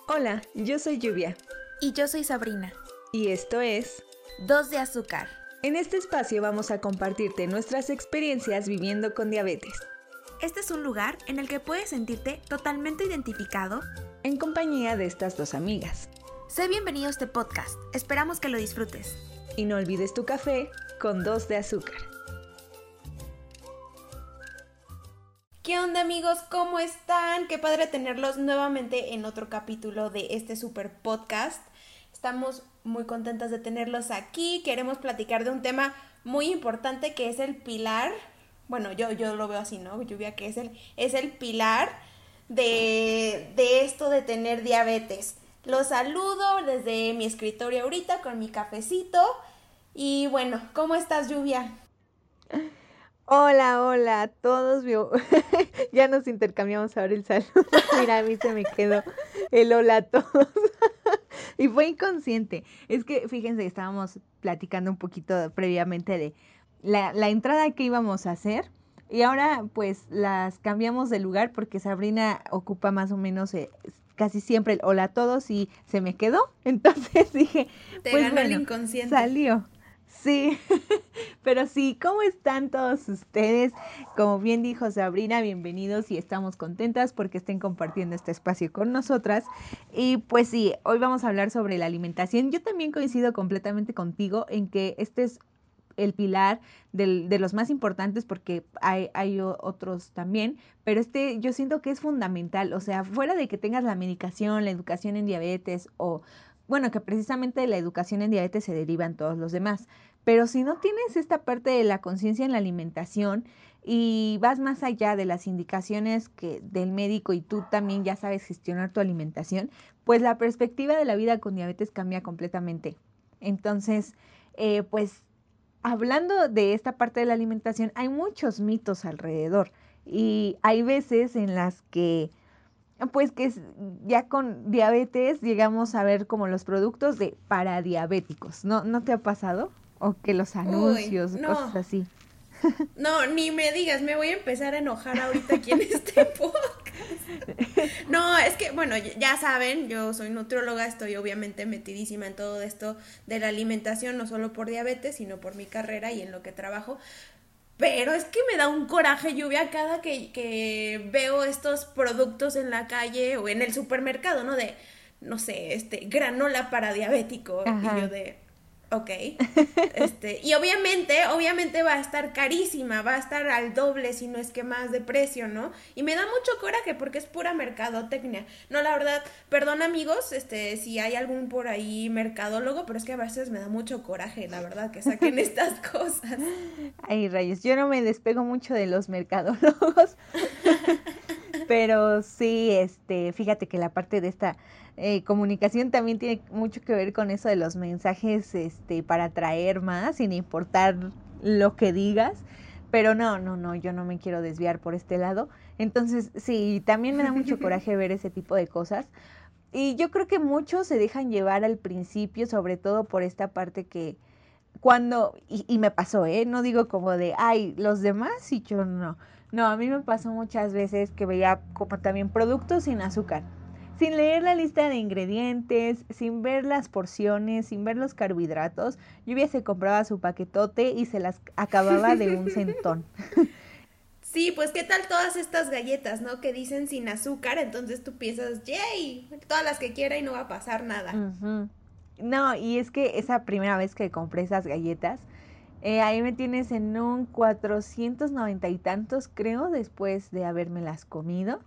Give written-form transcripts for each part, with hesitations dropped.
Hola, yo soy Lluvia. Y yo soy Sabrina. Y esto es Dos de Azúcar. En este espacio vamos a compartirte nuestras experiencias viviendo con diabetes. Este es un lugar en el que puedes sentirte totalmente identificado en compañía de estas dos amigas. Sé bienvenido a este podcast. Esperamos que lo disfrutes. Y no olvides tu café con 2 de azúcar. ¿Qué onda, amigos? ¿Cómo están? Qué padre tenerlos nuevamente en otro capítulo de este super podcast. Estamos muy contentas de tenerlos aquí. Queremos platicar de un tema muy importante que es el pilar. Bueno, yo lo veo así, ¿no? Lluvia, que es el pilar de esto de tener diabetes. Los saludo desde mi escritorio ahorita con mi cafecito. Y bueno, ¿cómo estás, Lluvia? Hola a todos. Ya nos intercambiamos ahora el saludo. Mira, a mí se me quedó el hola a todos. Y fue inconsciente. Es que fíjense, estábamos platicando un poquito previamente de la entrada que íbamos a hacer. Y ahora pues las cambiamos de lugar porque Sabrina ocupa más o menos casi siempre el hola a todos y se me quedó. Entonces dije, Te pues ganó bueno, el inconsciente. Salió. Sí, pero sí, ¿cómo están todos ustedes? Como bien dijo Sabrina, bienvenidos y estamos contentas porque estén compartiendo este espacio con nosotras. Y pues sí, hoy vamos a hablar sobre la alimentación. Yo también coincido completamente contigo en que este es el pilar de los más importantes porque hay otros también, pero yo siento que es fundamental, o sea, fuera de que tengas la medicación, la educación en diabetes o, bueno, que precisamente de la educación en diabetes se derivan todos los demás, pero si no tienes esta parte de la conciencia en la alimentación y vas más allá de las indicaciones del médico y tú también ya sabes gestionar tu alimentación, pues la perspectiva de la vida con diabetes cambia completamente. Entonces, pues hablando de esta parte de la alimentación, hay muchos mitos alrededor y hay veces en las que, pues que ya con diabetes llegamos a ver como los productos para diabéticos. ¿No te ha pasado? O que los anuncios, Uy, no. cosas así. No, ni me digas, me voy a empezar a enojar ahorita aquí en este podcast. No, es que, bueno, ya saben, yo soy nutrióloga, estoy obviamente metidísima en todo esto de la alimentación, no solo por diabetes, sino por mi carrera y en lo que trabajo. Pero es que me da un coraje, Lluvia, cada que veo estos productos en la calle o en el supermercado, ¿no? De, no sé, granola para diabético. Ajá. Y yo de, ok. Y obviamente va a estar carísima, va a estar al doble, si no es que más de precio, ¿no? Y me da mucho coraje porque es pura mercadotecnia. No, la verdad, perdón, amigos, si hay algún por ahí mercadólogo, pero es que a veces me da mucho coraje, la verdad, que saquen estas cosas. Ay, rayos, yo no me despego mucho de los mercadólogos, pero sí, fíjate que la parte de esta comunicación también tiene mucho que ver con eso de los mensajes, para atraer más, sin importar lo que digas. Pero no, yo no me quiero desviar por este lado. Entonces, sí, también me da mucho coraje ver ese tipo de cosas. Y yo creo que muchos se dejan llevar al principio, sobre todo por esta parte que y me pasó, no digo como de, ay, los demás y yo no. No, a mí me pasó muchas veces que veía como también productos sin azúcar, sin leer la lista de ingredientes, sin ver las porciones, sin ver los carbohidratos. Lluvia se compraba su paquetote y se las acababa de un centón. Sí, pues qué tal todas estas galletas, ¿no? Que dicen sin azúcar, entonces tú piensas, yay, todas las que quiera y no va a pasar nada. Uh-huh. No, y es que esa primera vez que compré esas galletas, ahí me tienes en un 490 y tantos, creo, después de habérmelas comido.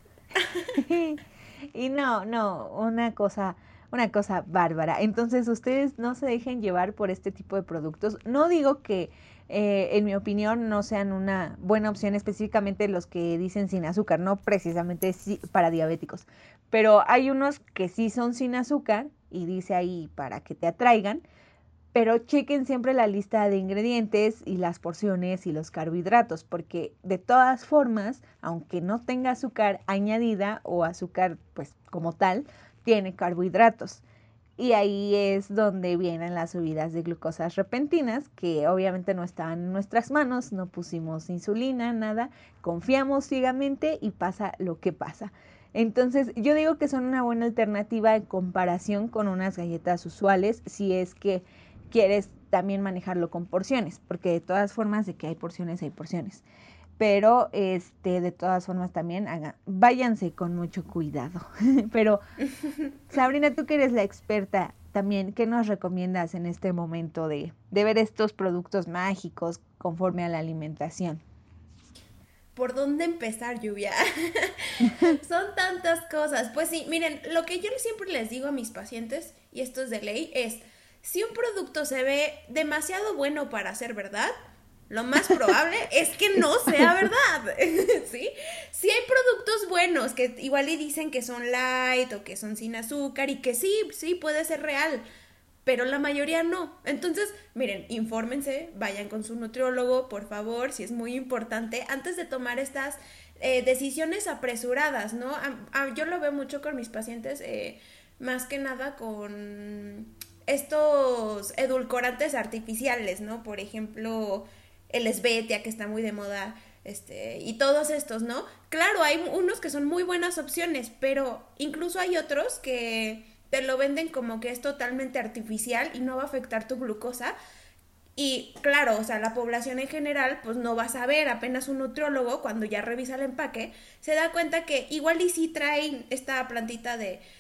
Y no, una cosa bárbara. Entonces, ustedes no se dejen llevar por este tipo de productos. No digo que, en mi opinión, no sean una buena opción, específicamente los que dicen sin azúcar, no precisamente para diabéticos. Pero hay unos que sí son sin azúcar y dice ahí para que te atraigan. Pero chequen siempre la lista de ingredientes y las porciones y los carbohidratos, porque de todas formas, aunque no tenga azúcar añadida o azúcar pues como tal, tiene carbohidratos. Y ahí es donde vienen las subidas de glucosas repentinas, que obviamente no estaban en nuestras manos, no pusimos insulina, nada, confiamos ciegamente y pasa lo que pasa. Entonces, yo digo que son una buena alternativa en comparación con unas galletas usuales, si es que quieres también manejarlo con porciones, porque de todas formas de que hay porciones, hay porciones. Pero de todas formas también váyanse con mucho cuidado. Pero Sabrina, tú que eres la experta también, ¿qué nos recomiendas en este momento de ver estos productos mágicos conforme a la alimentación? ¿Por dónde empezar, Lluvia? Son tantas cosas. Pues sí, miren, lo que yo siempre les digo a mis pacientes, y esto es de ley, es, si un producto se ve demasiado bueno para ser verdad, lo más probable es que no sea verdad, ¿sí? Si hay productos buenos que igual y dicen que son light o que son sin azúcar y que sí, sí puede ser real, pero la mayoría no. Entonces, miren, infórmense, vayan con su nutriólogo, por favor, si es muy importante, antes de tomar estas decisiones apresuradas, ¿no? Yo lo veo mucho con mis pacientes, más que nada con estos edulcorantes artificiales, ¿no? Por ejemplo, el Svetia, que está muy de moda, y todos estos, ¿no? Claro, hay unos que son muy buenas opciones, pero incluso hay otros que te lo venden como que es totalmente artificial y no va a afectar tu glucosa. Y claro, o sea, la población en general, pues no va a saber, apenas un nutriólogo, cuando ya revisa el empaque, se da cuenta que igual y sí traen esta plantita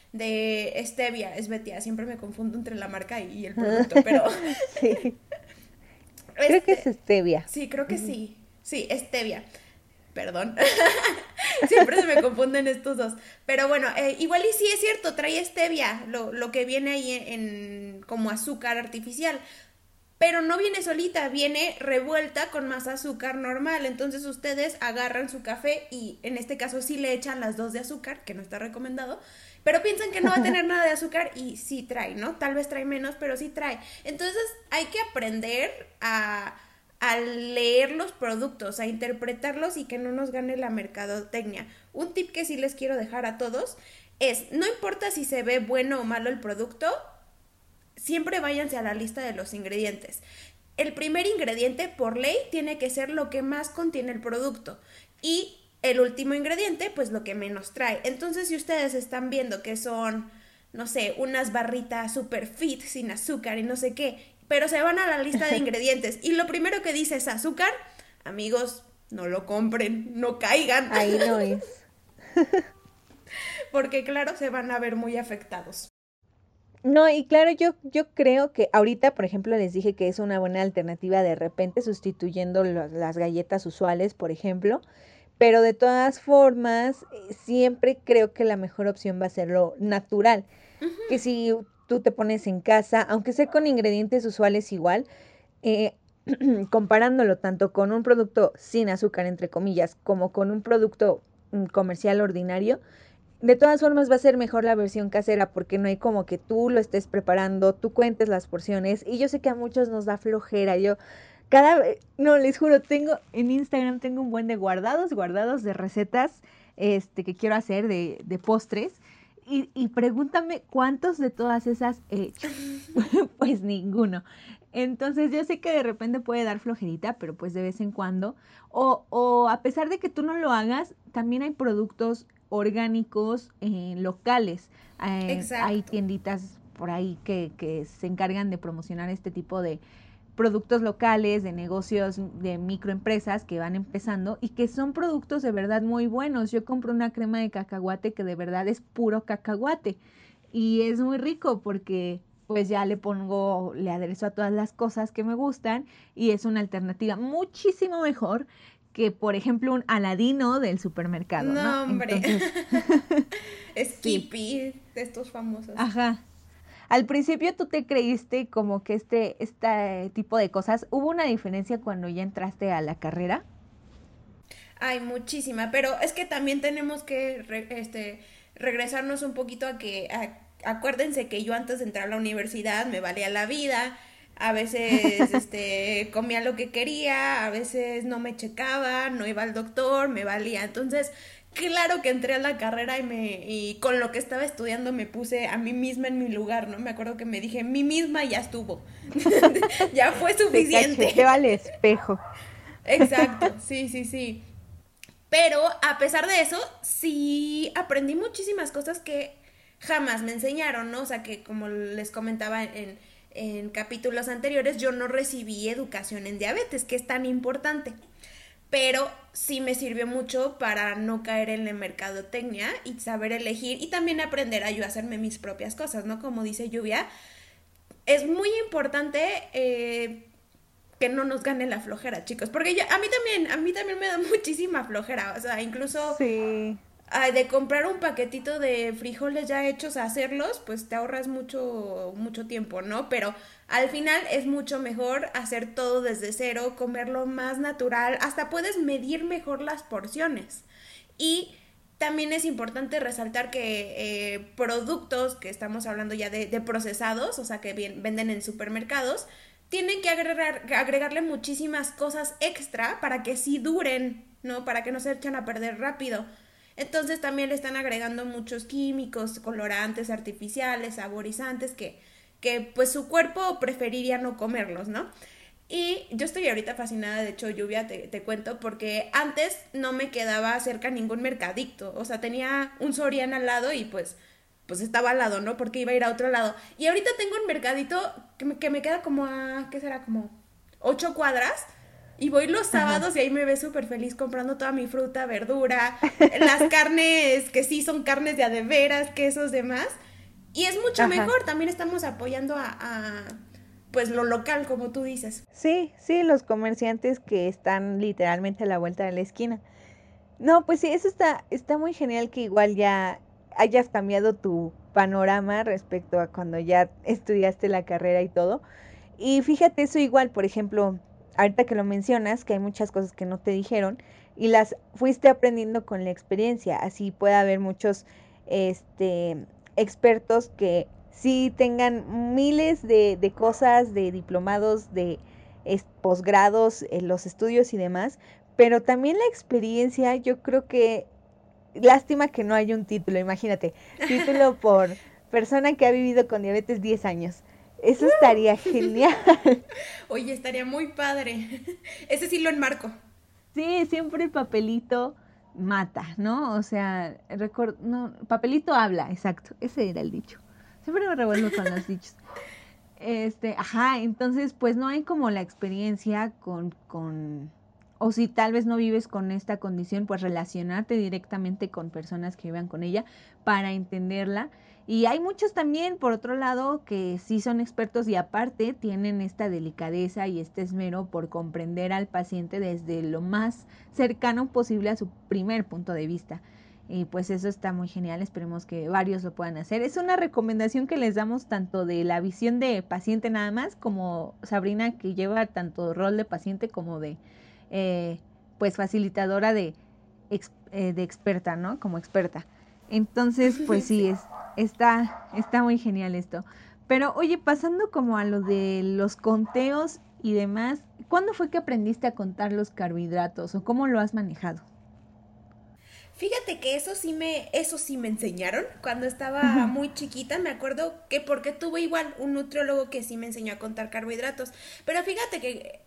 de stevia, Svetia, siempre me confundo entre la marca y el producto, pero... Sí. Creo que es stevia. Sí, creo que sí. Sí, stevia. Perdón. Siempre se me confunden estos dos. Pero bueno, igual y sí es cierto, trae stevia, lo que viene ahí en como azúcar artificial. Pero no viene solita, viene revuelta con más azúcar normal. Entonces ustedes agarran su café y en este caso sí le echan las 2 de azúcar, que no está recomendado, pero piensan que no va a tener nada de azúcar y sí trae, ¿no? Tal vez trae menos, pero sí trae. Entonces hay que aprender a leer los productos, a interpretarlos y que no nos gane la mercadotecnia. Un tip que sí les quiero dejar a todos es, no importa si se ve bueno o malo el producto, siempre váyanse a la lista de los ingredientes. El primer ingrediente, por ley, tiene que ser lo que más contiene el producto. Y el último ingrediente, pues lo que menos trae. Entonces, si ustedes están viendo que son, no sé, unas barritas super fit, sin azúcar y no sé qué, pero se van a la lista de ingredientes y lo primero que dice es azúcar, amigos, no lo compren, no caigan. Ahí no es. Porque claro, se van a ver muy afectados. No, y claro, yo creo que ahorita, por ejemplo, les dije que es una buena alternativa de repente sustituyendo las galletas usuales, por ejemplo, pero de todas formas, siempre creo que la mejor opción va a ser lo natural, que si tú te pones en casa, aunque sea con ingredientes usuales igual, eh, comparándolo tanto con un producto sin azúcar, entre comillas, como con un producto comercial ordinario, de todas formas va a ser mejor la versión casera porque no hay como que tú lo estés preparando, tú cuentes las porciones y yo sé que a muchos nos da flojera, no, les juro, en Instagram tengo un buen de guardados de recetas que quiero hacer de postres y pregúntame cuántos de todas esas he hecho. Pues ninguno. Entonces yo sé que de repente puede dar flojerita, pero pues de vez en cuando. O a pesar de que tú no lo hagas, también hay productos orgánicos locales. Hay Exacto. tienditas por ahí que se encargan de promocionar este tipo de productos locales, de negocios, de microempresas que van empezando y que son productos de verdad muy buenos. Yo compro una crema de cacahuate que de verdad es puro cacahuate y es muy rico porque pues ya le aderezo a todas las cosas que me gustan y es una alternativa muchísimo mejor que, por ejemplo, un Aladino del supermercado, ¿no? No, hombre. Entonces, sí, Skippy, de estos famosos. ajá. Al principio tú te creíste como que este tipo de cosas, ¿hubo una diferencia cuando ya entraste a la carrera? Hay muchísima, pero es que también tenemos que regresarnos un poquito acuérdense que yo antes de entrar a la universidad me valía la vida, a veces comía lo que quería, a veces no me checaba, no iba al doctor, me valía. Entonces, claro que entré a la carrera y con lo que estaba estudiando me puse a mí misma en mi lugar, ¿no? Me acuerdo que me dije, mí misma ya estuvo. Ya fue Te caché, suficiente. te vale espejo. Exacto, sí, sí, sí. Pero a pesar de eso, sí aprendí muchísimas cosas que jamás me enseñaron, ¿no? O sea, que como les comentaba en capítulos anteriores, yo no recibí educación en diabetes, que es tan importante. Pero sí me sirvió mucho para no caer en la mercadotecnia y saber elegir y también aprender a yo hacerme mis propias cosas, ¿no? Como dice Lluvia, es muy importante que no nos gane la flojera, chicos, porque a mí también me da muchísima flojera, o sea, incluso Sí. de comprar un paquetito de frijoles ya hechos a hacerlos, pues te ahorras mucho tiempo, ¿no? Pero al final es mucho mejor hacer todo desde cero, comerlo más natural, hasta puedes medir mejor las porciones. Y también es importante resaltar que productos que estamos hablando ya de procesados, o sea, que venden en supermercados, tienen que agregarle muchísimas cosas extra para que sí duren, ¿no? Para que no se echen a perder rápido. Entonces también le están agregando muchos químicos, colorantes artificiales, saborizantes que pues su cuerpo preferiría no comerlos, ¿no? Y yo estoy ahorita fascinada, de hecho, Lluvia, te cuento, porque antes no me quedaba cerca ningún mercadito. O sea, tenía un Soriana al lado y pues estaba al lado, ¿no? Porque iba a ir a otro lado. Y ahorita tengo un mercadito que me queda como a, ¿qué será? Como 8 cuadras. Y voy los Ajá. sábados y ahí me ves súper feliz comprando toda mi fruta, verdura, las carnes que sí son carnes de a de veras, quesos, demás. Y es mucho Ajá. mejor, también estamos apoyando pues lo local, como tú dices. Sí, sí, los comerciantes que están literalmente a la vuelta de la esquina. No, pues sí, eso está muy genial que igual ya hayas cambiado tu panorama respecto a cuando ya estudiaste la carrera y todo. Y fíjate, eso igual, por ejemplo, ahorita que lo mencionas, que hay muchas cosas que no te dijeron y las fuiste aprendiendo con la experiencia. Así puede haber muchos, expertos que sí tengan miles de cosas, de diplomados, de posgrados, los estudios y demás, pero también la experiencia, yo creo que, lástima que no hay un título, imagínate, título por persona que ha vivido con diabetes 10 años. Eso estaría genial. Oye, estaría muy padre. Ese sí lo enmarco. Sí, siempre el papelito mata, ¿no? O sea, no, papelito habla, exacto, ese era el dicho. Siempre me revuelvo con los dichos. Ajá, entonces pues no hay como la experiencia o si tal vez no vives con esta condición, pues relacionarte directamente con personas que vivan con ella para entenderla. Y hay muchos también, por otro lado, que sí son expertos y aparte tienen esta delicadeza y este esmero por comprender al paciente desde lo más cercano posible a su primer punto de vista. Y pues eso está muy genial, esperemos que varios lo puedan hacer. Es una recomendación que les damos tanto de la visión de paciente nada más, como Sabrina que lleva tanto rol de paciente como de eh, pues facilitadora de experta, ¿no? Como experta. Entonces, pues sí, Sí. está muy genial esto. Pero oye, pasando como a lo de los conteos y demás, ¿cuándo fue que aprendiste a contar los carbohidratos o cómo lo has manejado? Fíjate que eso sí me enseñaron cuando estaba muy chiquita. Me acuerdo que porque tuve igual un nutriólogo que sí me enseñó a contar carbohidratos. Pero fíjate que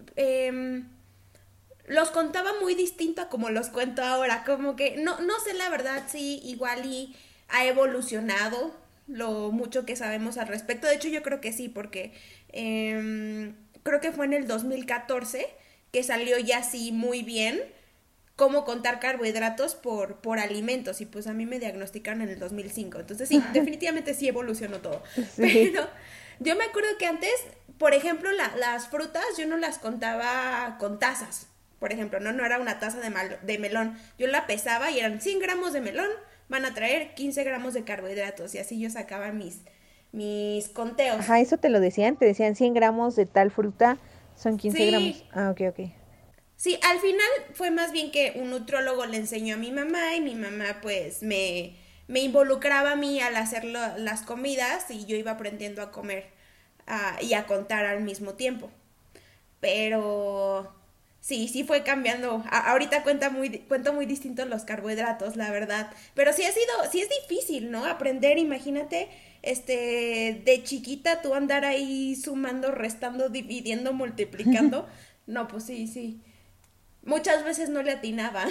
los contaba muy distinto a como los cuento ahora. Como que no sé la verdad si igual y ha evolucionado lo mucho que sabemos al respecto. De hecho, yo creo que sí, porque creo que fue en el 2014 que salió ya así muy bien cómo contar carbohidratos por alimentos y pues a mí me diagnosticaron en el 2005. Entonces sí, definitivamente sí evolucionó todo. Sí. Pero yo me acuerdo que antes, por ejemplo, las frutas yo no las contaba con tazas. Por ejemplo, no era una taza de melón. Yo la pesaba y eran 100 gramos de melón, van a traer 15 gramos de carbohidratos y así yo sacaba mis conteos. Ajá, eso te decían 100 gramos de tal fruta, son 15 gramos. Sí, Ah, ok, ok. sí, al final fue más bien que un nutriólogo le enseñó a mi mamá y mi mamá pues me involucraba a mí al hacer las comidas y yo iba aprendiendo a comer y a contar al mismo tiempo. Pero sí fue cambiando. Ahorita cuento muy distinto los carbohidratos, la verdad. Pero sí es difícil, ¿no? Aprender, imagínate, de chiquita tú andar ahí sumando, restando, dividiendo, multiplicando. No, pues sí. muchas veces no le atinaba.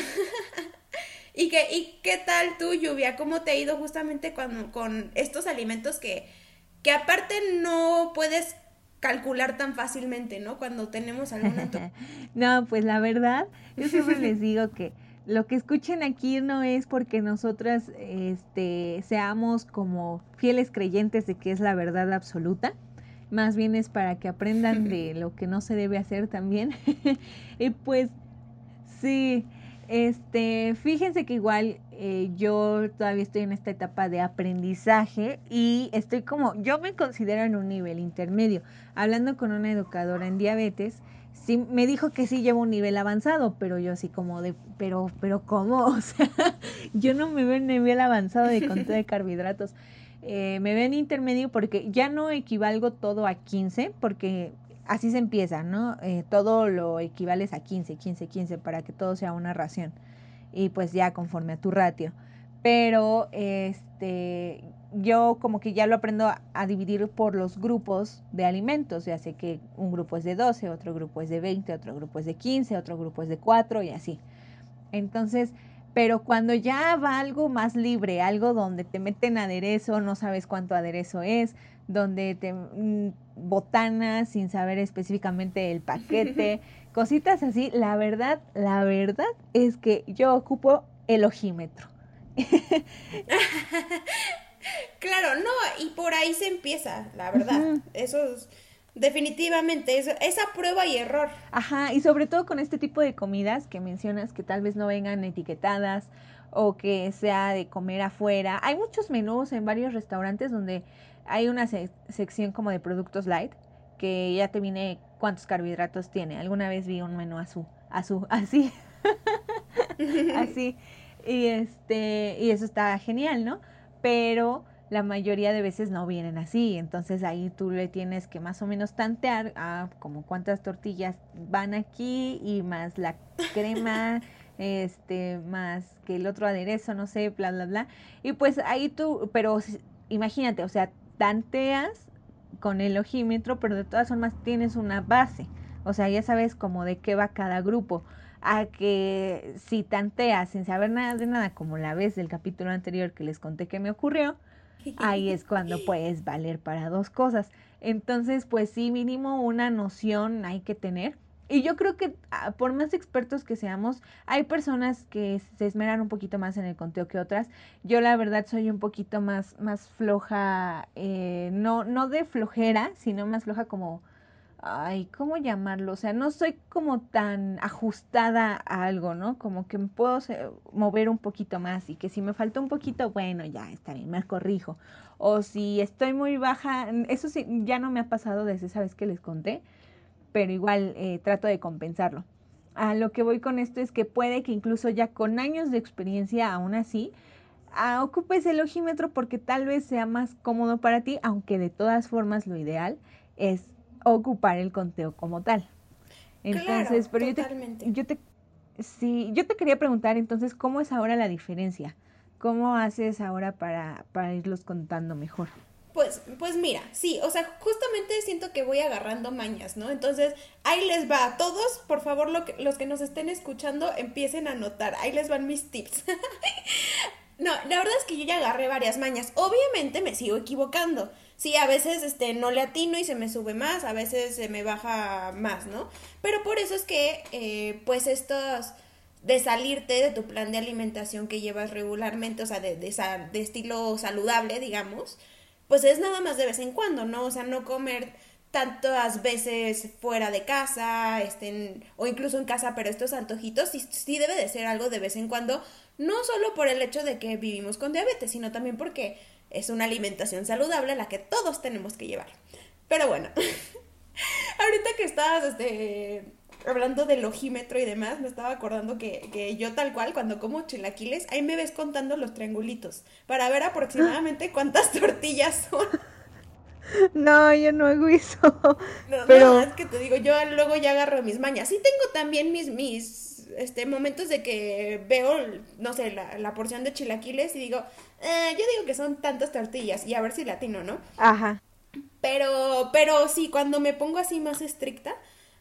¿Y qué tal tú, Lluvia? ¿Cómo te ha ido justamente con estos alimentos que aparte no puedes calcular tan fácilmente, ¿no? Cuando tenemos algún antojo. No, pues la verdad, yo siempre les digo que lo que escuchen aquí no es porque nosotras seamos como fieles creyentes de que es la verdad absoluta, más bien es para que aprendan de lo que no se debe hacer también. Y pues sí, fíjense que igual yo todavía estoy en esta etapa de aprendizaje y estoy como, yo me considero en un nivel intermedio. Hablando con una educadora en diabetes, sí me dijo que sí llevo un nivel avanzado, pero yo así como de, pero ¿cómo? O sea, yo no me veo en nivel avanzado de conteo de carbohidratos. Me veo en intermedio porque ya no equivalgo todo a 15, porque así se empieza, ¿no? Todo lo equivales a 15, 15, 15 para que todo sea una ración. Y pues ya conforme a tu ratio. Pero yo como que ya lo aprendo a dividir por los grupos de alimentos. Ya sé que un grupo es de 12, otro grupo es de 20, otro grupo es de 15, otro grupo es de 4 y así. Entonces, pero cuando ya va algo más libre, algo donde te meten aderezo, no sabes cuánto aderezo es, donde te botanas sin saber específicamente el paquete, cositas así, la verdad es que yo ocupo el ojímetro. Claro, no, y por ahí se empieza, la verdad. Ujú. Eso es definitivamente, esa prueba y error. Ajá, y sobre todo con este tipo de comidas que mencionas que tal vez no vengan etiquetadas o que sea de comer afuera. Hay muchos menús en varios restaurantes donde hay una sección como de productos light que ya te viene cuántos carbohidratos tiene. Alguna vez vi un menú así, así, y eso está genial, ¿no? Pero la mayoría de veces no vienen así, entonces ahí tú le tienes que más o menos tantear a como cuántas tortillas van aquí y más la crema, más que el otro aderezo, no sé, bla, bla, bla. Y pues ahí tú, pero imagínate, o sea, tanteas con el ojímetro, pero de todas formas tienes una base, o sea, ya sabes como de qué va cada grupo a que si tanteas sin saber nada de nada, como la vez del capítulo anterior que les conté que me ocurrió, ahí es cuando puedes valer para dos cosas. Entonces, pues sí, mínimo una noción hay que tener. Y yo creo que por más expertos que seamos, hay personas que se esmeran un poquito más en el conteo que otras. Yo la verdad soy un poquito más floja, no de flojera, sino más floja como ay, ¿cómo llamarlo? O sea, no soy como tan ajustada a algo, ¿no? Como que me puedo mover un poquito más y que si me falta un poquito, bueno, ya está bien, me corrijo. O si estoy muy baja, eso sí, ya no me ha pasado desde esa vez que les conté, pero igual trato de compensarlo. A lo que voy con esto es que puede que incluso ya con años de experiencia, aún así, ocupes el ojímetro porque tal vez sea más cómodo para ti, aunque de todas formas lo ideal es ocupar el conteo como tal. Claro, Entonces, pero totalmente. sí, yo te quería preguntar entonces, ¿cómo es ahora la diferencia? ¿Cómo haces ahora para irlos contando mejor? Pues mira, sí, o sea, justamente siento que voy agarrando mañas, ¿no? Entonces, ahí les va. Todos, por favor, los que nos estén escuchando, empiecen a anotar. Ahí les van mis tips. No, la verdad es que yo ya agarré varias mañas. Obviamente me sigo equivocando. Sí, a veces no le atino y se me sube más, a veces se me baja más, ¿no? Pero por eso es que, pues estos de salirte de tu plan de alimentación que llevas regularmente, o sea, de estilo saludable, digamos, pues es nada más de vez en cuando, ¿no? O sea, no comer tantas veces fuera de casa, o incluso en casa, pero estos antojitos sí debe de ser algo de vez en cuando, no solo por el hecho de que vivimos con diabetes, sino también porque es una alimentación saludable la que todos tenemos que llevar. Pero bueno, ahorita que estabas hablando del ojímetro y demás, me estaba acordando que yo tal cual, cuando como chilaquiles, ahí me ves contando los triangulitos para ver aproximadamente cuántas tortillas son. No, yo no hago eso, No, no, pero es que te digo, yo luego ya agarro mis mañas. Sí tengo también mis momentos de que veo, no sé, la porción de chilaquiles y digo, yo digo que son tantas tortillas y a ver si latino, ¿no? ajá. Pero sí, cuando me pongo así más estricta,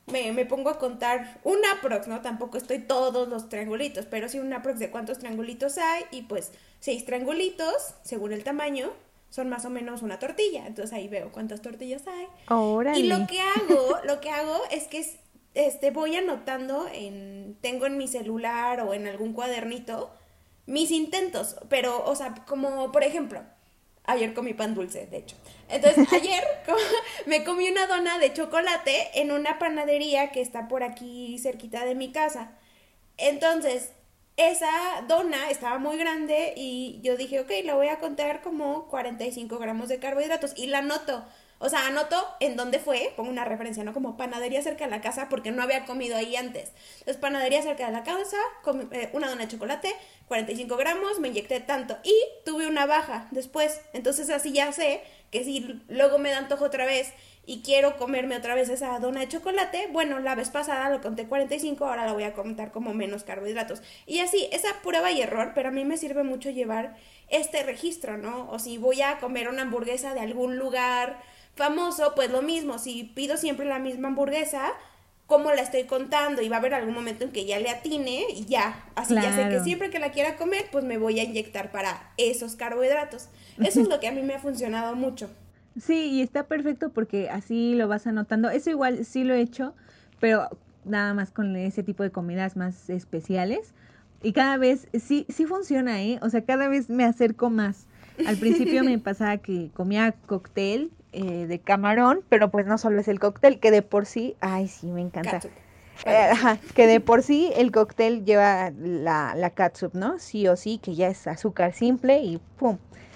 me pongo a contar un aprox, ¿no? Tampoco estoy todos los triangulitos, pero sí un aprox de cuántos triangulitos hay y pues 6 triangulitos, según el tamaño, son más o menos una tortilla. Entonces ahí veo cuántas tortillas hay. Y Órale. lo que hago es que voy anotando tengo en mi celular o en algún cuadernito mis intentos, pero, o sea, como por ejemplo, ayer comí pan dulce, de hecho. Entonces, ayer me comí una dona de chocolate en una panadería que está por aquí cerquita de mi casa. Entonces, esa dona estaba muy grande y yo dije, ok, la voy a contar como 45 gramos de carbohidratos y la anoto. O sea, anoto en dónde fue, pongo una referencia, ¿no? Como panadería cerca de la casa porque no había comido ahí antes. Entonces, panadería cerca de la casa, una dona de chocolate, 45 gramos, me inyecté tanto y tuve una baja después. Entonces, así ya sé que si luego me da antojo otra vez y quiero comerme otra vez esa dona de chocolate, bueno, la vez pasada lo conté 45, ahora la voy a contar como menos carbohidratos. Y así, esa prueba y error, pero a mí me sirve mucho llevar este registro, ¿no? O si voy a comer una hamburguesa de algún lugar famoso, pues lo mismo, si pido siempre la misma hamburguesa, cómo la estoy contando y va a haber algún momento en que ya le atine y ya, así ya sé que Claro. siempre que la quiera comer, pues me voy a inyectar para esos carbohidratos. Eso es lo que a mí me ha funcionado mucho. Sí, y está perfecto porque así lo vas anotando. Eso igual sí lo he hecho, pero nada más con ese tipo de comidas más especiales. Y cada vez sí funciona, ¿eh? O sea, cada vez me acerco más. Al principio me pasaba que comía cóctel de camarón, pero pues no solo es el cóctel, que de por sí, ay, sí, me encanta. Catsup. Bueno, sí. Ajá, que de por sí el cóctel lleva la catsup, ¿no? Sí o sí, que ya es azúcar simple y pum.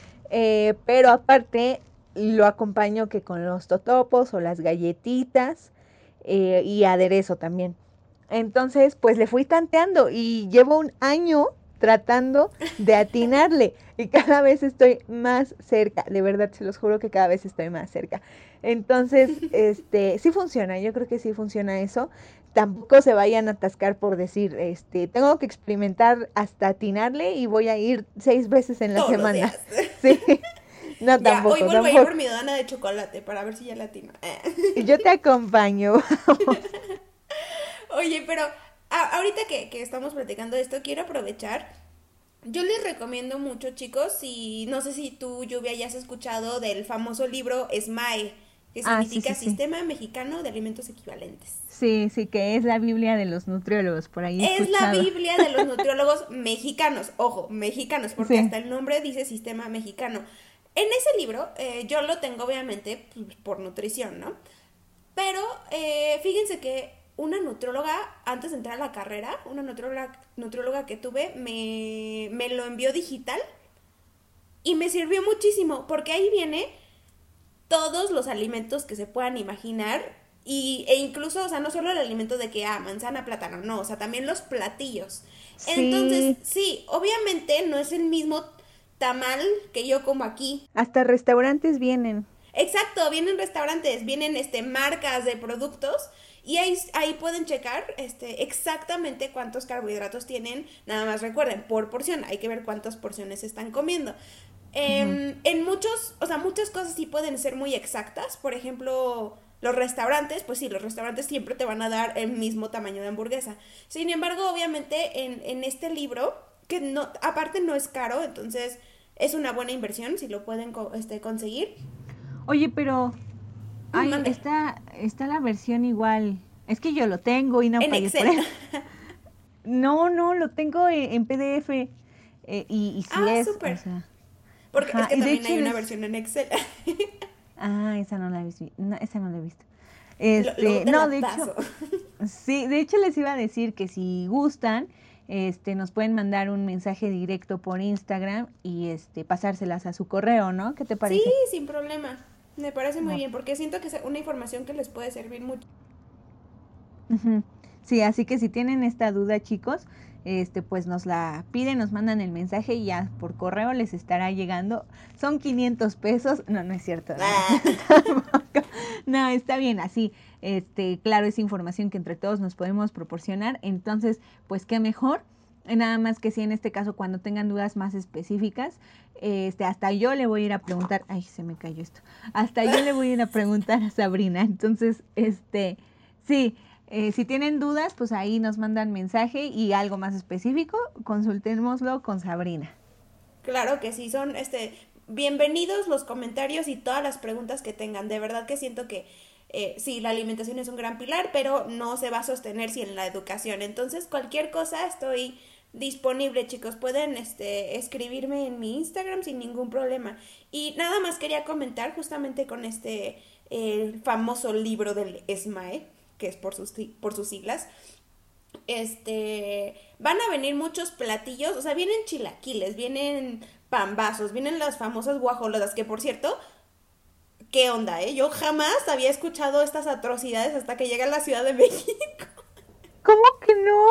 Pero aparte lo acompaño que con los totopos o las galletitas y aderezo también. Entonces, pues le fui tanteando y llevo un año tratando de atinarle y cada vez estoy más cerca, de verdad se los juro que cada vez estoy más cerca. Entonces, sí funciona, yo creo que sí funciona eso. Tampoco se vayan a atascar por decir, tengo que experimentar hasta atinarle y voy a ir 6 veces en la Todos los semana. días. Sí, no, Ya, hoy tampoco, vuelvo a ir tampoco. por mi dona de chocolate para ver si ya latino. Yo te acompaño. Oye, pero ahorita que estamos platicando de esto, quiero aprovechar. Yo les recomiendo mucho, chicos, y no sé si tú, Lluvia, ya has escuchado del famoso libro SMAE, que Ah, sí, sí, significa sí. Sistema Mexicano de Alimentos Equivalentes. Sí, sí, que es la Biblia de los nutriólogos, por ahí he Es la escuchado. Biblia de los nutriólogos mexicanos, ojo, mexicanos, porque Sí, hasta el nombre dice Sistema Mexicano. En ese libro, yo lo tengo obviamente pues, por nutrición, ¿no? Pero fíjense que una nutrióloga, antes de entrar a la carrera, una nutrióloga que tuve, me lo envió digital y me sirvió muchísimo, porque ahí viene todos los alimentos que se puedan imaginar e incluso, o sea, no solo el alimento de que, manzana, plátano, no, o sea, también los platillos. Entonces, sí. sí, obviamente no es el mismo tamal que yo como aquí. Hasta restaurantes vienen. Exacto, vienen restaurantes, vienen marcas de productos y ahí pueden checar exactamente cuántos carbohidratos tienen. Nada más recuerden, por porción, hay que ver cuántas porciones están comiendo. Ujú. En muchos, o sea, muchas cosas sí pueden ser muy exactas. Por ejemplo, los restaurantes, pues sí, los restaurantes siempre te van a dar el mismo tamaño de hamburguesa. Sin embargo, obviamente, en este libro, que no, aparte no es caro, entonces es una buena inversión si lo pueden conseguir. Oye, pero, ay, Mande. está la versión igual. Es que yo lo tengo y no En pagué por Excel. él. No, no, lo tengo en PDF. Y sí Ah, es, o súper. sea. Porque es Ajá, que y de también hecho hay una les. versión en Excel. Esa no la he visto. No, esa no la he visto. Luego te No, la de hecho, paso. sí, de hecho les iba a decir que si gustan, nos pueden mandar un mensaje directo por Instagram y pasárselas a su correo, ¿no? ¿Qué te Sí, parece? sin problema. Me parece muy Ah, bien porque siento que es una información que les puede servir mucho. ujú. Sí, así que si tienen esta duda, chicos, pues nos la piden, nos mandan el mensaje y ya por correo les estará llegando. Son 500 pesos. No, no es cierto. Ah. Tampoco. No, está bien, así. Claro, es información que entre todos nos podemos proporcionar. Entonces, pues qué mejor. Nada más que si en este caso cuando tengan dudas más específicas, hasta yo le voy a ir a preguntar, ay, se me cayó esto, hasta yo le voy a ir a preguntar a Sabrina. Entonces, sí, Si tienen dudas, pues ahí nos mandan mensaje y algo más específico, consultémoslo con Sabrina. Claro que sí, son bienvenidos los comentarios y todas las preguntas que tengan. De verdad que siento que sí, la alimentación es un gran pilar, pero no se va a sostener sin la educación. Entonces, cualquier cosa estoy disponible, chicos. Pueden escribirme en mi Instagram sin ningún problema. Y nada más quería comentar justamente con el famoso libro del ESMAE, que es por sus siglas. Van a venir muchos platillos, o sea, vienen chilaquiles, vienen pambazos, vienen las famosas guajolotas, que por cierto, ¿qué onda, Yo jamás había escuchado estas atrocidades hasta que llegué a la Ciudad de México. ¿Cómo que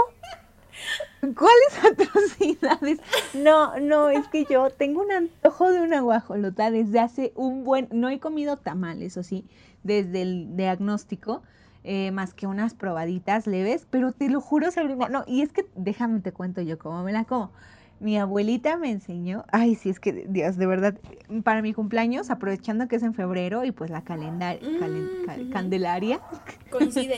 no? ¿Cuáles atrocidades? No, es que yo tengo un antojo de una guajolota desde hace no he comido tamales, o sí, desde el diagnóstico, más que unas probaditas leves, pero te lo juro, Sabrina, no, y es que déjame te cuento yo cómo me la como. Mi abuelita me enseñó, ay, sí, es que, Dios, de verdad, para mi cumpleaños, aprovechando que es en febrero y pues la Candelaria. Coincide.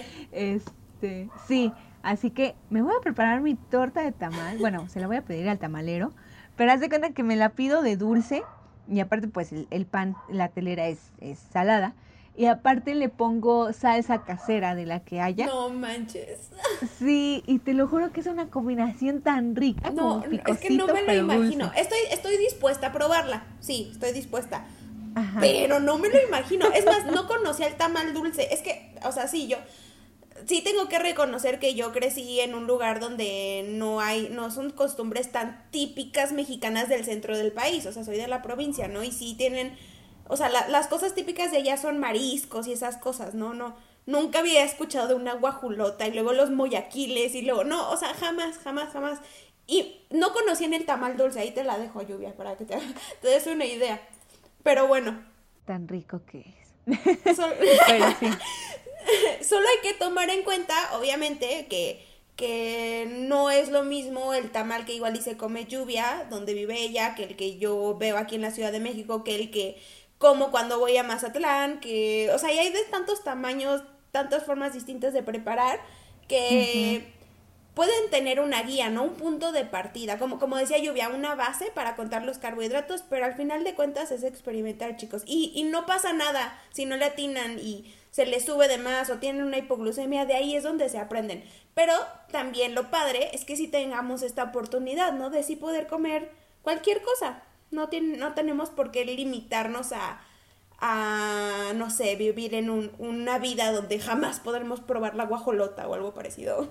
Sí, así que me voy a preparar mi torta de tamal, bueno, se la voy a pedir al tamalero, pero haz de cuenta que me la pido de dulce y aparte pues el pan, la telera es salada. Y aparte le pongo salsa casera de la que haya. No manches. Sí, y te lo juro que es una combinación tan rica. No, como picosito, es que no me lo imagino. Dulce. Estoy dispuesta a probarla. Sí, estoy dispuesta. Ajá. Pero no me lo imagino. Es más, no conocía el tamal dulce. Es que, o sea, sí, sí tengo que reconocer que yo crecí en un lugar donde no son costumbres tan típicas mexicanas del centro del país. O sea, soy de la provincia, ¿no? Y sí tienen, o sea, las cosas típicas de allá son mariscos y esas cosas, ¿no? Nunca había escuchado de una guajolota y luego los moyaquiles y luego, no, o sea, jamás. Y no conocían el tamal dulce, ahí te la dejo, Lluvia, para que te des una idea. Pero bueno. Tan rico que es. Pero sí. Solo hay que tomar en cuenta, obviamente, que no es lo mismo el tamal que igual y se come Lluvia, donde vive ella, que el que yo veo aquí en la Ciudad de México, que el que como cuando voy a Mazatlán, que, o sea, y hay de tantos tamaños, tantas formas distintas de preparar, que pueden tener una guía, ¿no? Un punto de partida, como decía Lluvia, una base para contar los carbohidratos, pero al final de cuentas es experimentar, chicos, y no pasa nada si no le atinan y se les sube de más o tienen una hipoglucemia, de ahí es donde se aprenden. Pero también lo padre es que sí tengamos esta oportunidad, ¿no? De sí poder comer cualquier cosa. No tenemos por qué limitarnos a no sé, vivir en una vida donde jamás podremos probar la guajolota o algo parecido.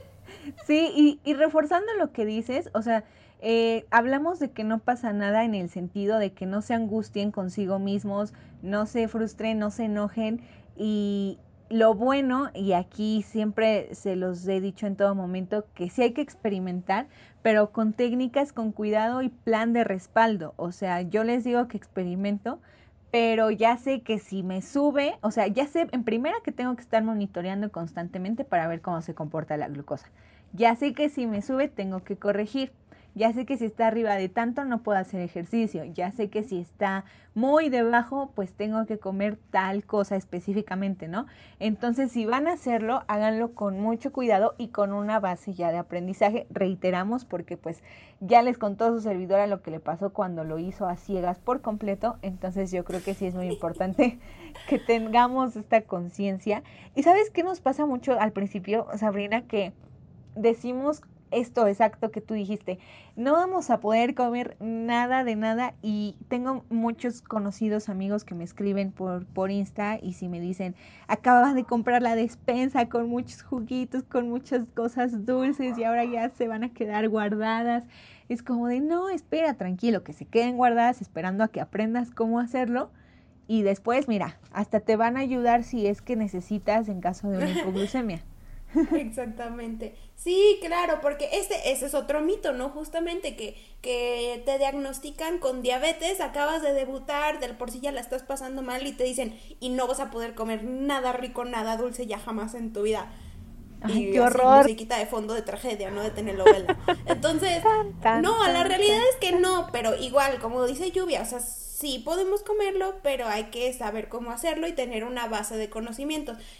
Sí, y reforzando lo que dices, o sea, hablamos de que no pasa nada en el sentido de que no se angustien consigo mismos, no se frustren, no se enojen, y lo bueno, y aquí siempre se los he dicho en todo momento, que sí hay que experimentar, pero con técnicas, con cuidado y plan de respaldo. O sea, yo les digo que experimento, pero ya sé que si me sube, o sea, ya sé en primera que tengo que estar monitoreando constantemente para ver cómo se comporta la glucosa. Ya sé que si me sube tengo que corregir. Ya sé que si está arriba de tanto no puedo hacer ejercicio. Ya sé que si está muy debajo, pues tengo que comer tal cosa específicamente, ¿no? Entonces, si van a hacerlo, háganlo con mucho cuidado y con una base ya de aprendizaje. Reiteramos porque pues ya les contó su servidora lo que le pasó cuando lo hizo a ciegas por completo. Entonces, yo creo que sí es muy importante que tengamos esta conciencia. ¿Y sabes qué nos pasa mucho al principio, Sabrina? Que decimos esto exacto que tú dijiste, no vamos a poder comer nada de nada, y tengo muchos conocidos amigos que me escriben por Insta y si me dicen, acabas de comprar la despensa con muchos juguitos, con muchas cosas dulces y ahora ya se van a quedar guardadas. Es como de, no, espera, tranquilo, que se queden guardadas esperando a que aprendas cómo hacerlo. Y después, mira, hasta te van a ayudar si es que necesitas en caso de una hipoglucemia. Exactamente. Sí, claro, porque ese es otro mito, ¿no? Justamente que te diagnostican con diabetes, acabas de debutar, del por sí ya la estás pasando mal y te dicen, y no vas a poder comer nada rico, nada dulce ya jamás en tu vida. Ay, y qué horror. Musiquita de fondo de tragedia, ¿no? De telenovela. Entonces, no, la realidad es que no, pero igual, como dice Lluvia, o sea, sí podemos comerlo, pero hay que saber cómo hacerlo y tener una base de conocimientos.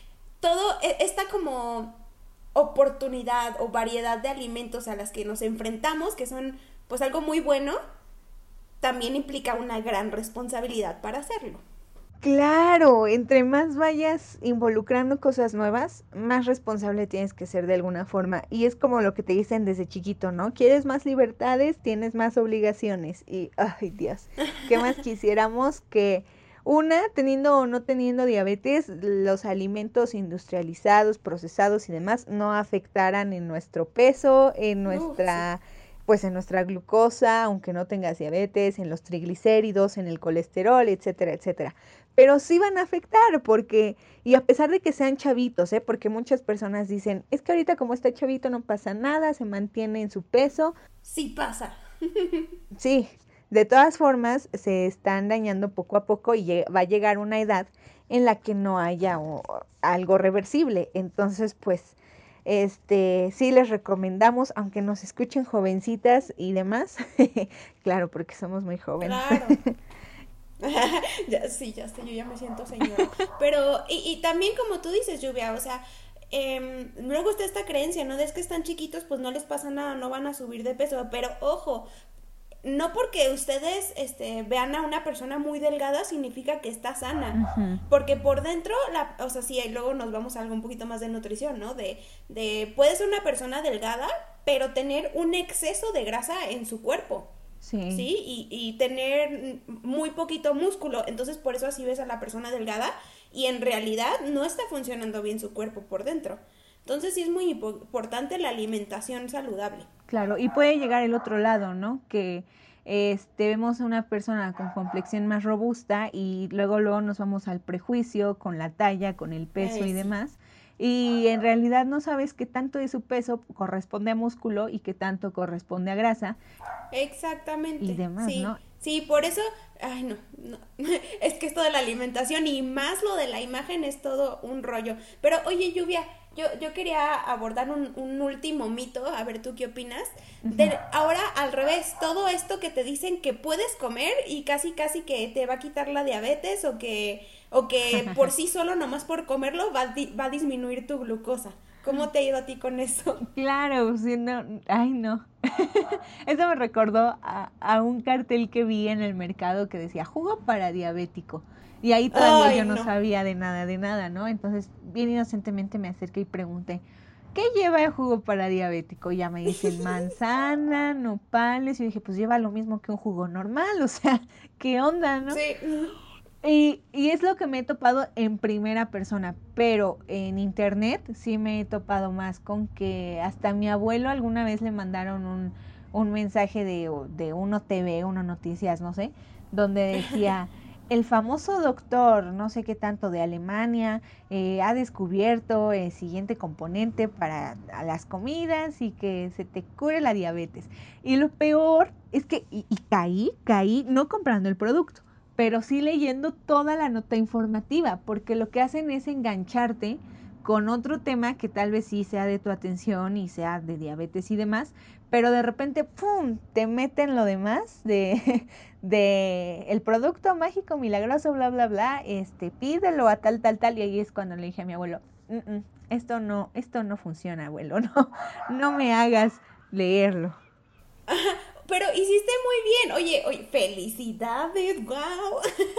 todo esta como oportunidad o variedad de alimentos a las que nos enfrentamos, que son pues algo muy bueno, también implica una gran responsabilidad para hacerlo. Claro, entre más vayas involucrando cosas nuevas, más responsable tienes que ser de alguna forma. Y es como lo que te dicen desde chiquito, ¿no? ¿Quieres más libertades? Tienes más obligaciones. Y, ay Dios, ¿qué más quisiéramos que teniendo o no teniendo diabetes, los alimentos industrializados, procesados y demás no afectaran en nuestro peso, en nuestra... Sí. pues en nuestra glucosa, aunque no tengas diabetes, en los triglicéridos, en el colesterol, etcétera, etcétera. Pero sí van a afectar porque, y a pesar de que sean chavitos, porque muchas personas dicen, es que ahorita como está chavito no pasa nada, se mantiene en su peso. Sí pasa. Sí, de todas formas se están dañando poco a poco y va a llegar una edad en la que no haya algo reversible. Entonces, pues, sí les recomendamos, aunque nos escuchen jovencitas y demás, claro, porque somos muy jóvenes. Claro. Sí, ya sé, yo ya me siento señora. Pero, y también como tú dices, Lluvia, o sea, luego está esta creencia, ¿no? De es que están chiquitos, pues no les pasa nada, no van a subir de peso. Pero ojo, no porque ustedes vean a una persona muy delgada significa que está sana. Ujú. Porque por dentro, o sea, sí, luego nos vamos a algo un poquito más de nutrición, ¿no? Puede ser una persona delgada, pero tener un exceso de grasa en su cuerpo. Sí. ¿Sí? Y tener muy poquito músculo. Entonces, por eso así ves a la persona delgada y en realidad no está funcionando bien su cuerpo por dentro. Entonces, sí es muy importante la alimentación saludable. Claro, y puede llegar el otro lado, ¿no? Que vemos a una persona con complexión más robusta y luego nos vamos al prejuicio con la talla, con el peso y Sí. demás. Y en realidad no sabes qué tanto de su peso corresponde a músculo y qué tanto corresponde a grasa y Exactamente, demás, ¿no? sí, sí, por eso, ay no, no, es que esto de la alimentación y más lo de la imagen es todo un rollo. Pero oye, Lluvia, yo quería abordar un último mito, a ver tú qué opinas. Ahora al revés, todo esto que te dicen que puedes comer y casi casi que te va a quitar la diabetes o que por sí solo, nomás por comerlo, va a disminuir tu glucosa. ¿Cómo te ha ido a ti con eso? Claro, sí, no, ay no. Eso me recordó a un cartel que vi en el mercado que decía jugo para diabético. Y ahí todavía Ay, yo no no. sabía de nada, ¿no? Entonces, bien inocentemente me acerqué y pregunté, ¿qué lleva el jugo para diabético? Y ya me dicen manzana, nopales. Y yo dije, pues lleva lo mismo que un jugo normal, o sea, ¿qué onda, no? Sí. Y es lo que me he topado en primera persona, pero en internet sí me he topado más con que hasta mi abuelo alguna vez le mandaron un mensaje de Uno TV, Uno Noticias, no sé, donde decía, el famoso doctor, no sé qué tanto, de Alemania, ha descubierto el siguiente componente para las comidas y que se te cure la diabetes. Y lo peor es que, y caí, no comprando el producto pero sí leyendo toda la nota informativa, porque lo que hacen es engancharte con otro tema que tal vez sí sea de tu atención y sea de diabetes y demás, pero de repente, ¡pum!, te meten lo demás de el producto mágico milagroso, bla, bla, bla, pídelo a tal, y ahí es cuando le dije a mi abuelo, esto no funciona, abuelo, no me hagas leerlo. Pero hiciste muy bien. Oye, felicidades, wow.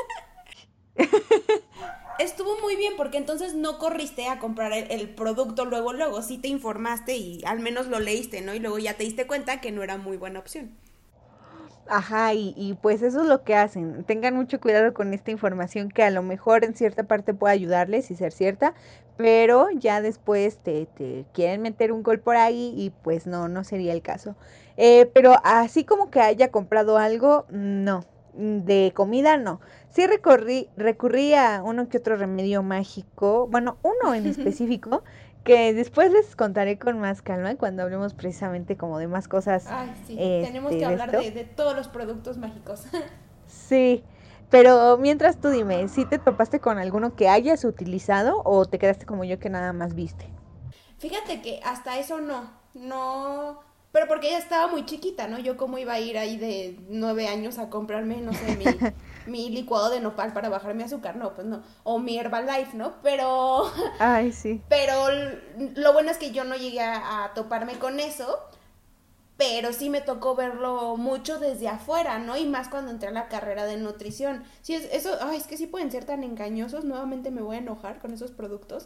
Estuvo muy bien porque entonces no corriste a comprar el producto luego, sí te informaste y al menos lo leíste, ¿no? Y luego ya te diste cuenta que no era muy buena opción. Ajá, y pues eso es lo que hacen. Tengan mucho cuidado con esta información que a lo mejor en cierta parte puede ayudarles y ser cierta, pero ya después te quieren meter un gol por ahí y pues no sería el caso. Pero así como que haya comprado algo, no. De comida, no. Sí recurrí a uno que otro remedio mágico, bueno, uno en específico, que después les contaré con más calma cuando hablemos precisamente como de más cosas, Ay, sí, tenemos que de hablar esto. de todos los productos mágicos. Sí, pero mientras tú dime, ¿sí te topaste con alguno que hayas utilizado o te quedaste como yo que nada más viste? Fíjate que hasta eso no, no, pero porque ella estaba muy chiquita, ¿no? Yo cómo iba a ir ahí de 9 años a comprarme, no sé, mi licuado de nopal para bajar mi azúcar, no, pues no, o mi Herbalife, ¿no? Pero, Ay, sí. pero lo bueno es que yo no llegué a toparme con eso, pero sí me tocó verlo mucho desde afuera, ¿no? Y más cuando entré a la carrera de nutrición. Sí, eso, ay, es que sí pueden ser tan engañosos, nuevamente me voy a enojar con esos productos.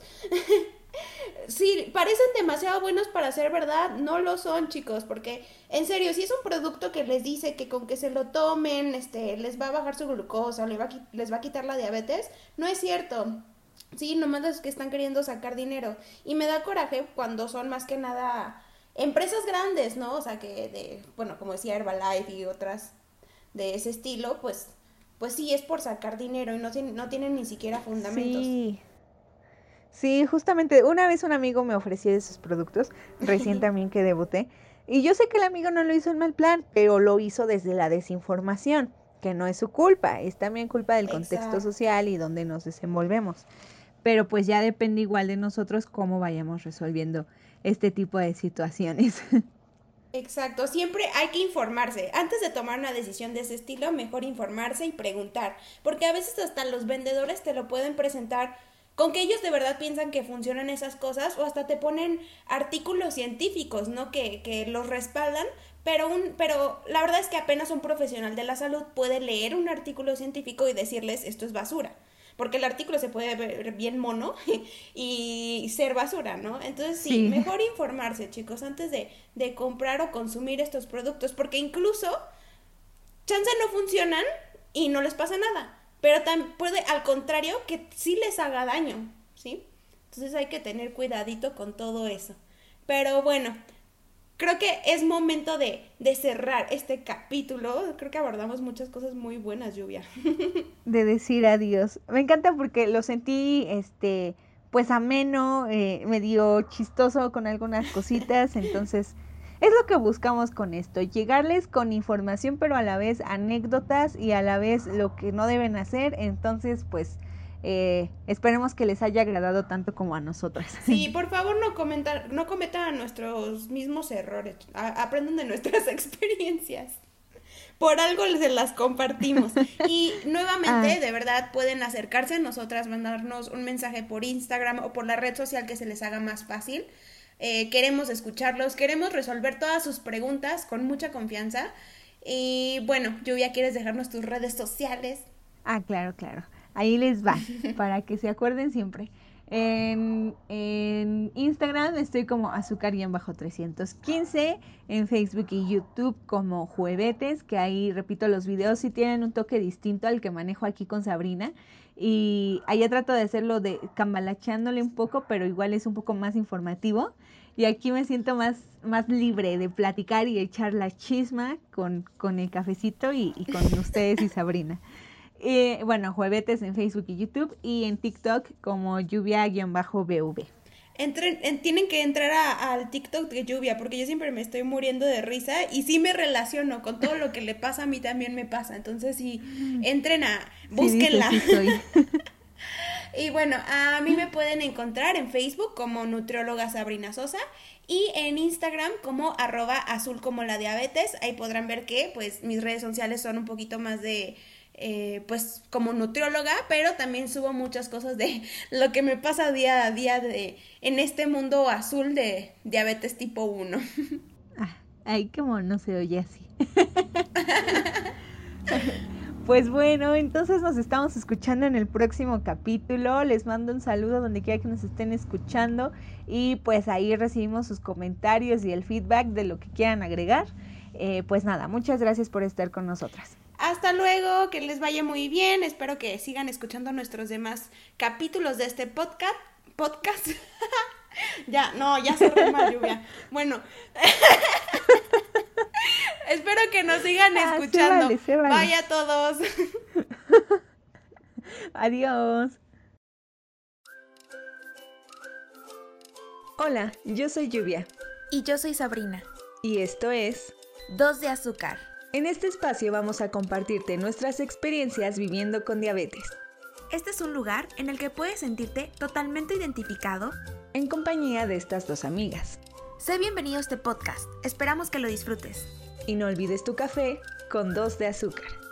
Sí, parecen demasiado buenos para ser verdad, no lo son, chicos, porque en serio, si es un producto que les dice que con que se lo tomen, les va a bajar su glucosa, les va a quitar la diabetes, no es cierto. Sí, nomás los que están queriendo sacar dinero. Y me da coraje cuando son más que nada empresas grandes, ¿no? O sea, bueno, como decía Herbalife y otras de ese estilo, pues sí, es por sacar dinero y no tienen ni siquiera fundamentos. Sí. Sí, justamente una vez un amigo me ofreció de sus productos, recién también que debuté, y yo sé que el amigo no lo hizo en mal plan, pero lo hizo desde la desinformación, que no es su culpa, es también culpa del contexto Exacto. social y donde nos desenvolvemos. Pero pues ya depende igual de nosotros cómo vayamos resolviendo este tipo de situaciones. Exacto, siempre hay que informarse. Antes de tomar una decisión de ese estilo, mejor informarse y preguntar, porque a veces hasta los vendedores te lo pueden presentar con que ellos de verdad piensan que funcionan esas cosas o hasta te ponen artículos científicos, ¿no? Que los respaldan, pero la verdad es que apenas un profesional de la salud puede leer un artículo científico y decirles esto es basura. Porque el artículo se puede ver bien mono y ser basura, ¿no? Entonces sí, Sí, mejor informarse, chicos, antes de comprar o consumir estos productos, porque incluso chance no funcionan y no les pasa nada, pero puede al contrario que sí les haga daño, ¿sí? Entonces hay que tener cuidadito con todo eso. Pero bueno, creo que es momento de cerrar este capítulo. Creo que abordamos muchas cosas muy buenas, Lluvia. de decir adiós. Me encanta porque lo sentí, pues ameno, medio chistoso con algunas cositas, entonces es lo que buscamos con esto, llegarles con información, pero a la vez anécdotas y a la vez lo que no deben hacer, entonces pues esperemos que les haya agradado tanto como a nosotras. Sí, por favor no cometan nuestros mismos errores. Aprendan de nuestras experiencias. Por algo se las compartimos. Y nuevamente, Ah, de verdad, pueden acercarse a nosotras, mandarnos un mensaje por Instagram o por la red social que se les haga más fácil. Queremos escucharlos, queremos resolver todas sus preguntas con mucha confianza. Y bueno, Lluvia, ¿quieres dejarnos tus redes sociales? claro, claro. Ahí les va, para que se acuerden siempre. En Instagram estoy como azúcar-315, en Facebook y YouTube como Juevetes, que ahí repito los videos sí tienen un toque distinto al que manejo aquí con Sabrina. Y allá trato de hacerlo de cambalacheándole un poco, pero igual es un poco más informativo. Y aquí me siento más libre de platicar y echar la chisma con el cafecito y con ustedes y Sabrina. Bueno, Juevetes en Facebook y YouTube y en TikTok como lluvia-bv. Tienen que entrar al TikTok de Lluvia, porque yo siempre me estoy muriendo de risa y sí me relaciono con todo lo que le pasa a mí también me pasa. Entonces sí, Sí, dice, búsquenla. sí soy. Y bueno, a mí me pueden encontrar en Facebook como nutrióloga Sabrina Sosa y en Instagram como @azul como la diabetes. Ahí podrán ver que pues mis redes sociales son un poquito más de pues como nutrióloga, pero también subo muchas cosas de lo que me pasa día a día en este mundo azul de diabetes tipo 1. Ay, qué mono se oye así. Pues bueno, entonces nos estamos escuchando en el próximo capítulo. Les mando un saludo donde quiera que nos estén escuchando y pues ahí recibimos sus comentarios y el feedback de lo que quieran agregar. Pues nada, muchas gracias por estar con nosotras. Hasta luego, que les vaya muy bien. Espero que sigan escuchando nuestros demás capítulos de este podcast. Ya cerré mal, Lluvia. Bueno, espero que nos sigan escuchando. Se vale. Bye a todos. Adiós. Hola, yo soy Lluvia. Y yo soy Sabrina. Y esto es 2 de azúcar. En este espacio vamos a compartirte nuestras experiencias viviendo con diabetes. Este es un lugar en el que puedes sentirte totalmente identificado En compañía de estas dos amigas. Sé bienvenido a este podcast. Esperamos que lo disfrutes. Y no olvides tu café con 2 de azúcar.